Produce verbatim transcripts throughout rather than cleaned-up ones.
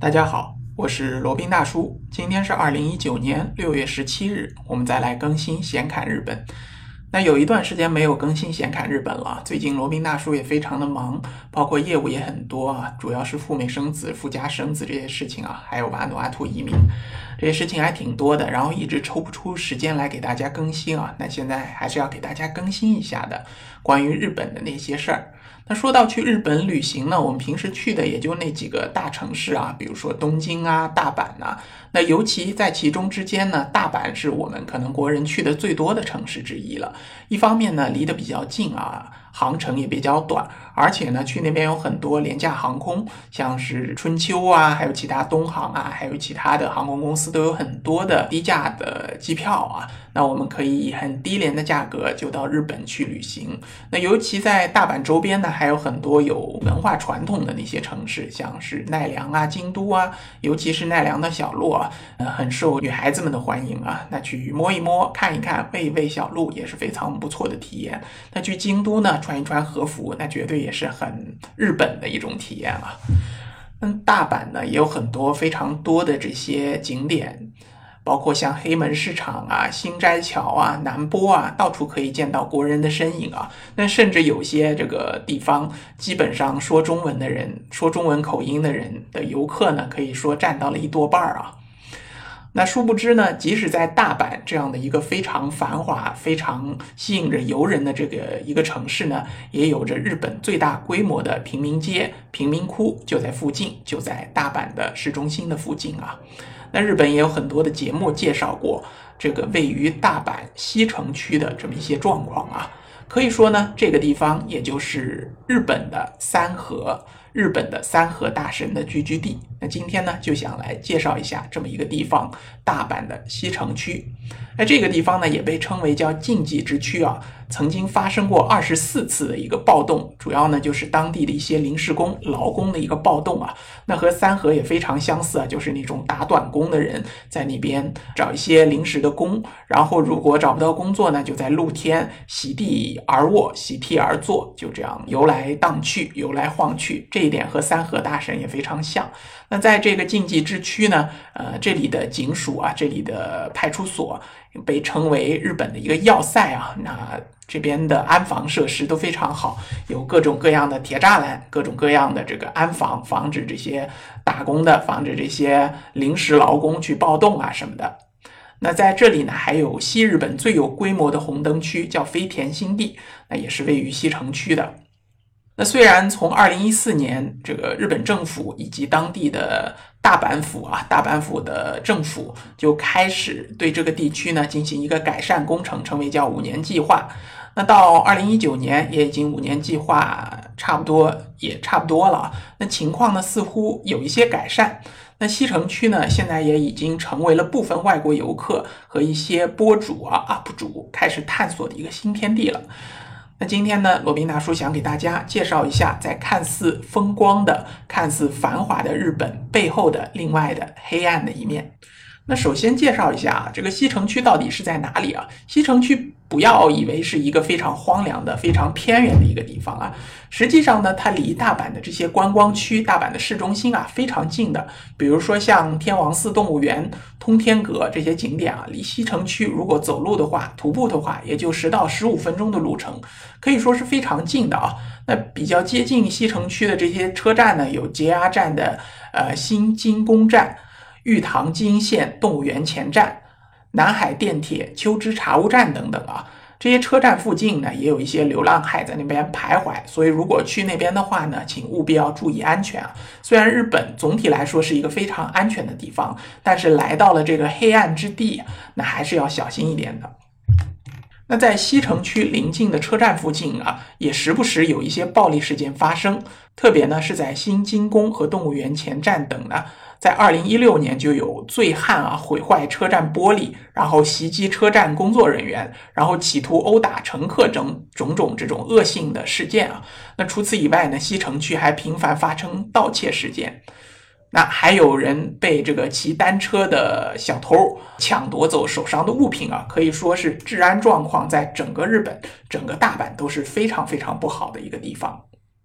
大家好，我是罗宾大叔。今天是二零一九年六月十七日，我们再来更新闲侃日本。那有一段时间没有更新闲侃日本了，最近罗宾大叔也非常的忙，包括业务也很多啊，主要是赴美生子、赴加生子这些事情啊，还有瓦努阿图移民这些事情还挺多的，然后一直抽不出时间来给大家更新啊。那现在还是要给大家更新一下的关于日本的那些事儿。那说到去日本旅行呢，我们平时去的也就那几个大城市啊，比如说东京啊、大阪啊。那尤其在其中之间呢，大阪是我们可能国人去的最多的城市之一了。一方面呢，离得比较近啊，航程也比较短，而且呢，去那边有很多廉价航空，像是春秋啊，还有其他东航啊，还有其他的航空公司都有很多的低价的机票啊。那我们可以以很低廉的价格就到日本去旅行。那尤其在大阪周边呢，还有很多有文化传统的那些城市，像是奈良啊、京都啊，尤其是奈良的小路啊，呃，很受女孩子们的欢迎啊。那去摸一摸、看一看、喂一喂小鹿也是非常不错的体验。那去京都呢，穿一穿和服，那绝对也是很日本的一种体验啊。嗯，大阪呢也有很多非常多的这些景点。包括像黑门市场啊、新斋桥啊、南波啊，到处可以见到国人的身影啊。那甚至有些这个地方，基本上说中文的人、说中文口音的人的游客呢，可以说占到了一多半啊。那殊不知呢，即使在大阪这样的一个非常繁华、非常吸引着游人的这个一个城市呢，也有着日本最大规模的平民街、贫民窟，就在附近，就在大阪的市中心的附近啊。那日本也有很多的节目介绍过这个位于大阪西城区的这么一些状况啊。可以说呢，这个地方也就是日本的三河，日本的三河大神的聚居地。那今天呢，就想来介绍一下这么一个地方，大阪的西城区。那这个地方呢，也被称为叫禁忌之区啊，曾经发生过二十四次的一个暴动，主要呢就是当地的一些临时工、劳工的一个暴动啊。那和三河也非常相似啊，就是那种打短工的人在那边找一些临时的工，然后如果找不到工作呢，就在露天席地而卧、席地而坐，就这样游来荡去、游来晃去。这一点和三河大神也非常像。那在这个禁忌之区呢，呃，这里的警署啊，这里的派出所被称为日本的一个要塞啊。那这边的安防设施都非常好，有各种各样的铁栅栏，各种各样的这个安防，防止这些打工的，防止这些临时劳工去暴动啊什么的。那在这里呢，还有西日本最有规模的红灯区，叫飞田新地，那也是位于西城区的。那虽然从二零一四年这个日本政府以及当地的大阪府啊，大阪府的政府就开始对这个地区呢进行一个改善工程，称为叫五年计划。那到二零一九年也已经五年计划差不多也差不多了，那情况呢似乎有一些改善。那西城区呢现在也已经成为了部分外国游客和一些博主啊 U P 主开始探索的一个新天地了。那今天呢，罗宾大叔想给大家介绍一下，在看似风光的、看似繁华的日本背后的另外的黑暗的一面。那首先介绍一下啊，这个西城区到底是在哪里啊？西城区不要以为是一个非常荒凉的、非常偏远的一个地方啊，实际上呢，它离大阪的这些观光区、大阪的市中心啊非常近的。比如说像天王寺动物园、通天阁这些景点啊，离西城区如果走路的话、徒步的话，也就十到十五分钟的路程，可以说是非常近的啊。那比较接近西城区的这些车站呢，有 J R 站的呃新金宫站、玉堂金线动物园前站、南海电铁秋之茶屋站等等啊。这些车站附近呢，也有一些流浪汉在那边徘徊，所以如果去那边的话呢，请务必要注意安全啊。虽然日本总体来说是一个非常安全的地方，但是来到了这个黑暗之地，那还是要小心一点的。那在西城区邻近的车站附近啊，也时不时有一些暴力事件发生，特别呢是在新金宫和动物园前站等呢，在二零一六年就有醉汉啊毁坏车站玻璃，然后袭击车站工作人员，然后企图殴打乘客等种种这种恶性的事件啊。那除此以外呢，西城区还频繁发生盗窃事件。那还有人被这个骑单车的小偷抢夺走手上的物品啊，可以说是治安状况在整个日本、整个大阪都是非常非常不好的一个地方。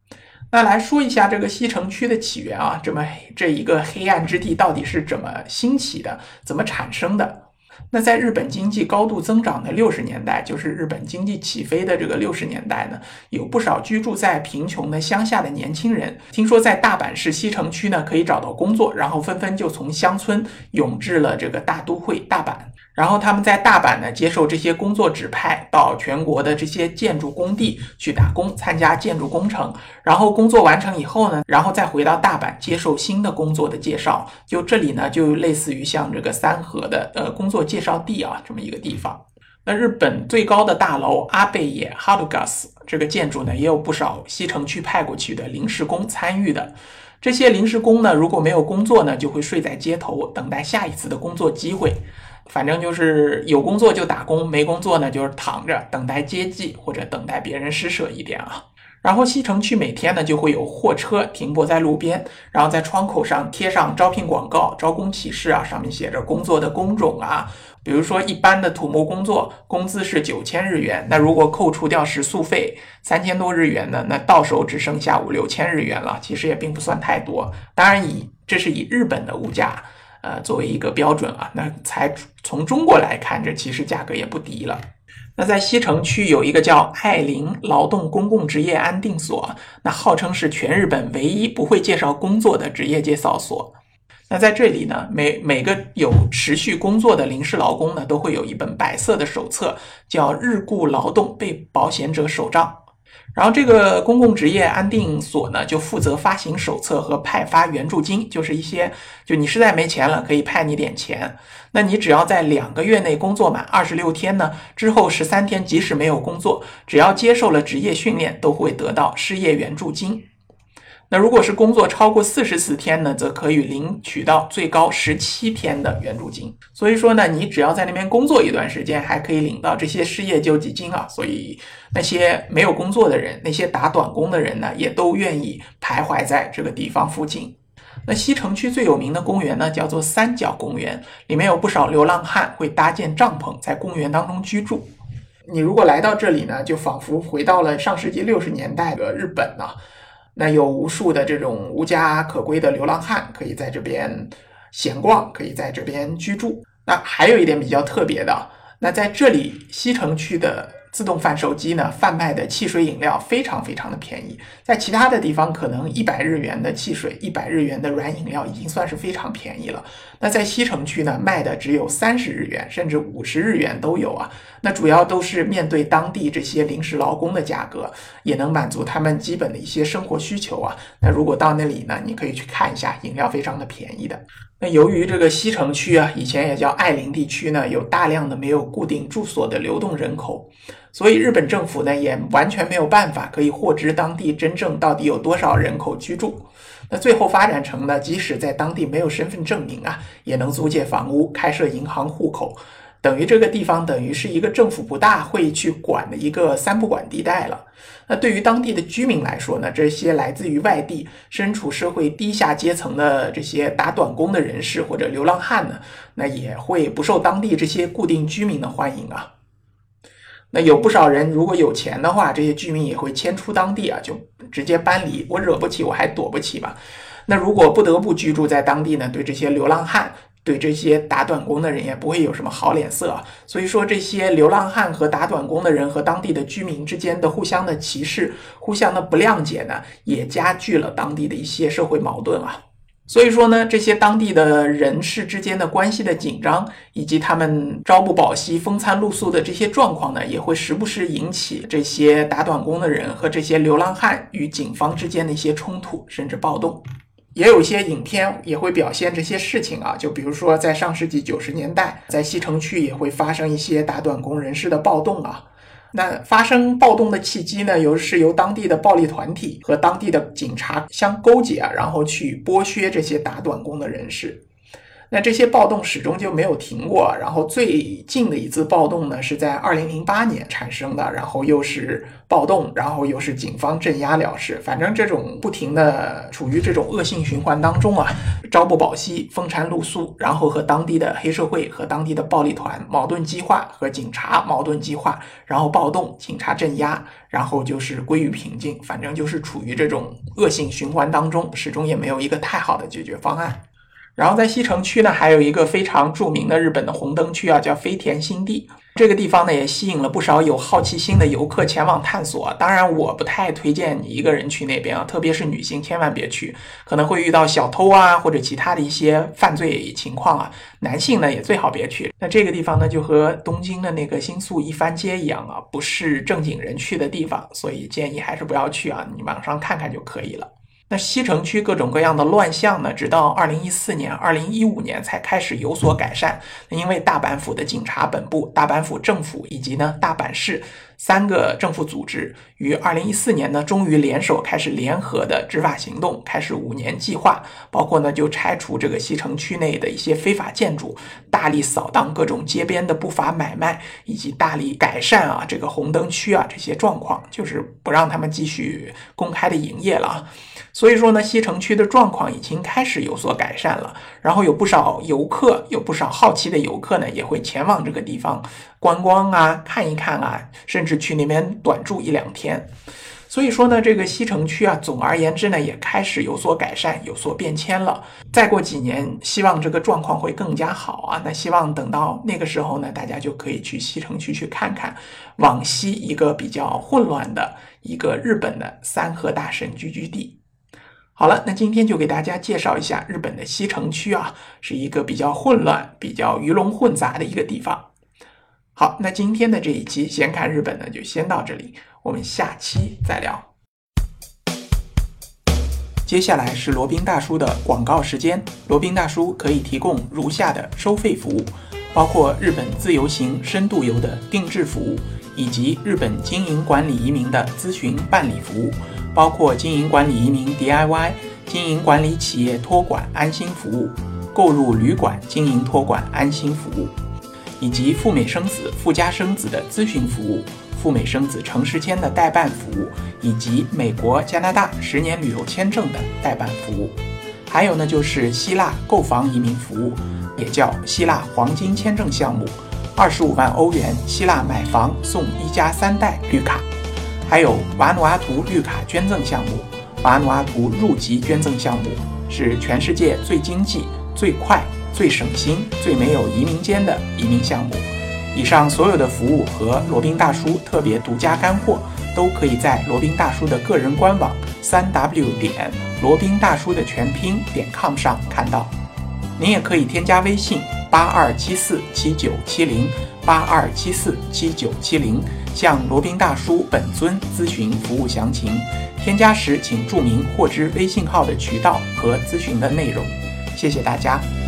那来说一下这个西城区的起源啊，这么这一个黑暗之地到底是怎么兴起的，怎么产生的？那在日本经济高度增长的六十年代，就是日本经济起飞的这个六十年代呢，有不少居住在贫穷的乡下的年轻人，听说在大阪市西城区呢可以找到工作，然后纷纷就从乡村涌至了这个大都会大阪。然后他们在大阪呢接受这些工作指派，到全国的这些建筑工地去打工，参加建筑工程，然后工作完成以后呢，然后再回到大阪接受新的工作的介绍。就这里呢就类似于像这个三河的呃工作介绍地啊这么一个地方。那日本最高的大楼阿倍野 Harugas 这个建筑呢，也有不少西城区派过去的临时工参与的。这些临时工呢，如果没有工作呢，就会睡在街头，等待下一次的工作机会。反正就是有工作就打工，没工作呢就是躺着等待接济，或者等待别人施舍一点啊。然后西城区每天呢就会有货车停泊在路边，然后在窗口上贴上招聘广告、招工启事啊，上面写着工作的工种啊。比如说一般的土木工作工资是九千日元，那如果扣除掉食宿费三千多日元呢，那到手只剩下五六千日元了，其实也并不算太多。当然以这是以日本的物价呃，作为一个标准啊，那才从中国来看，这其实价格也不低了。那在西城区有一个叫爱林劳动公共职业安定所，那号称是全日本唯一不会介绍工作的职业介绍所。那在这里呢，每每个有持续工作的临时劳工呢，都会有一本白色的手册，叫日雇劳动被保险者手账。然后这个公共职业安定所呢，就负责发行手册和派发援助金，就是一些就你实在没钱了，可以派你点钱。那你只要在两个月内工作满二十六天呢，之后十三天即使没有工作，只要接受了职业训练，都会得到失业援助金。那如果是工作超过四十四天呢，则可以领取到最高十七天的援助金。所以说呢，你只要在那边工作一段时间，还可以领到这些失业救济金啊。所以那些没有工作的人，那些打短工的人呢，也都愿意徘徊在这个地方附近。那西城区最有名的公园呢，叫做三角公园，里面有不少流浪汉会搭建帐篷在公园当中居住。你如果来到这里呢，就仿佛回到了上世纪六十年代的日本啊。那有无数的这种无家可归的流浪汉可以在这边闲逛，可以在这边居住。那还有一点比较特别的，那在这里西城区的自动贩售机呢，贩卖的汽水饮料非常非常的便宜。在其他的地方可能一百日元的汽水，一百日元的软饮料已经算是非常便宜了。那在西城区呢，卖的只有三十日元，甚至五十日元都有啊。那主要都是面对当地这些临时劳工的价格，也能满足他们基本的一些生活需求啊。那如果到那里呢，你可以去看一下，饮料非常的便宜的。那由于这个西城区啊，以前也叫爱林地区呢，有大量的没有固定住所的流动人口，所以日本政府呢也完全没有办法可以获知当地真正到底有多少人口居住。那最后发展成呢，即使在当地没有身份证明啊，也能租借房屋、开设银行户口，等于这个地方等于是一个政府不大会去管的一个三不管地带了。那对于当地的居民来说呢，这些来自于外地、身处社会低下阶层的这些打短工的人士或者流浪汉呢，那也会不受当地这些固定居民的欢迎啊。那有不少人如果有钱的话，这些居民也会迁出当地啊，就直接搬离，我惹不起我还躲不起吧。那如果不得不居住在当地呢，对这些流浪汉，对这些打短工的人也不会有什么好脸色啊。所以说这些流浪汉和打短工的人和当地的居民之间的互相的歧视、互相的不谅解呢，也加剧了当地的一些社会矛盾啊。所以说呢，这些当地的人士之间的关系的紧张，以及他们朝不保夕、风餐露宿的这些状况呢，也会时不时引起这些打短工的人和这些流浪汉与警方之间的一些冲突，甚至暴动。也有一些影片也会表现这些事情啊，就比如说在上世纪九十年代，在西城区也会发生一些打短工人士的暴动啊。那发生暴动的契机呢，由是由当地的暴力团体和当地的警察相勾结啊，然后去剥削这些打短工的人士。 那这些暴动始终就没有停过，然后最近的一次暴动呢是在二零零八年产生的，然后又是暴动，然后又是警方镇压了事，反正这种不停的处于这种恶性循环当中啊，朝不保夕，风餐露宿，然后和当地的黑社会和当地的暴力团矛盾激化，和警察矛盾激化，然后暴动，警察镇压，然后就是归于平静，反正就是处于这种恶性循环当中，始终也没有一个太好的解决方案。然后在西城区呢，还有一个非常著名的日本的红灯区啊，叫飞田新地。这个地方呢，也吸引了不少有好奇心的游客前往探索。当然，我不太推荐你一个人去那边啊，特别是女性，千万别去，可能会遇到小偷啊，或者其他的一些犯罪情况啊。男性呢，也最好别去。那这个地方呢，就和东京的那个新宿一番街一样啊，不是正经人去的地方，所以建议还是不要去啊，你网上看看就可以了。那西城区各种各样的乱象呢，直到二零一四年、二零一五年才开始有所改善。因为大阪府的警察本部、大阪府政府以及呢大阪市三个政府组织于二零一四年呢，终于联手开始联合的执法行动，开始五年计划，包括呢就拆除这个西城区内的一些非法建筑，大力扫荡各种街边的不法买卖，以及大力改善啊这个红灯区啊这些状况，就是不让他们继续公开的营业了啊。所以说呢，西城区的状况已经开始有所改善了，然后有不少游客，有不少好奇的游客呢，也会前往这个地方观光啊，看一看啊，甚至去那边短住一两天。所以说呢，这个西城区啊，总而言之呢，也开始有所改善，有所变迁了。再过几年，希望这个状况会更加好啊。那希望等到那个时候呢，大家就可以去西城区去看看往西一个比较混乱的一个日本的三河大神聚居地。好了，那今天就给大家介绍一下日本的西城区啊，是一个比较混乱、比较鱼龙混杂的一个地方。好，那今天的这一期闲侃日本呢，就先到这里，我们下期再聊。接下来是罗宾大叔的广告时间。罗宾大叔可以提供如下的收费服务，包括日本自由行、深度游的定制服务，以及日本经营管理移民的咨询办理服务，包括经营管理移民 D I Y、 经营管理企业托管安心服务、购入旅馆经营托管安心服务，以及赴美生子、赴加生子的咨询服务、赴美生子城市签的代办服务，以及美国、加拿大十年旅游签证的代办服务。还有呢，就是希腊购房移民服务，也叫希腊黄金签证项目，二十五万欧元希腊买房送一家三代绿卡。还有瓦努阿图绿卡捐赠项目，瓦努阿图入籍捐赠项目是全世界最经济、最快、最省心、最没有移民监的移民项目。以上所有的服务和罗宾大叔特别独家干货，都可以在罗宾大叔的个人官网 三 w 点罗宾大叔的全拼点 com 上看到。您也可以添加微信八二七四七九七零八二七四七九七零，向罗宾大叔本尊咨询服务详情。添加时请注明获知微信号的渠道和咨询的内容。谢谢大家。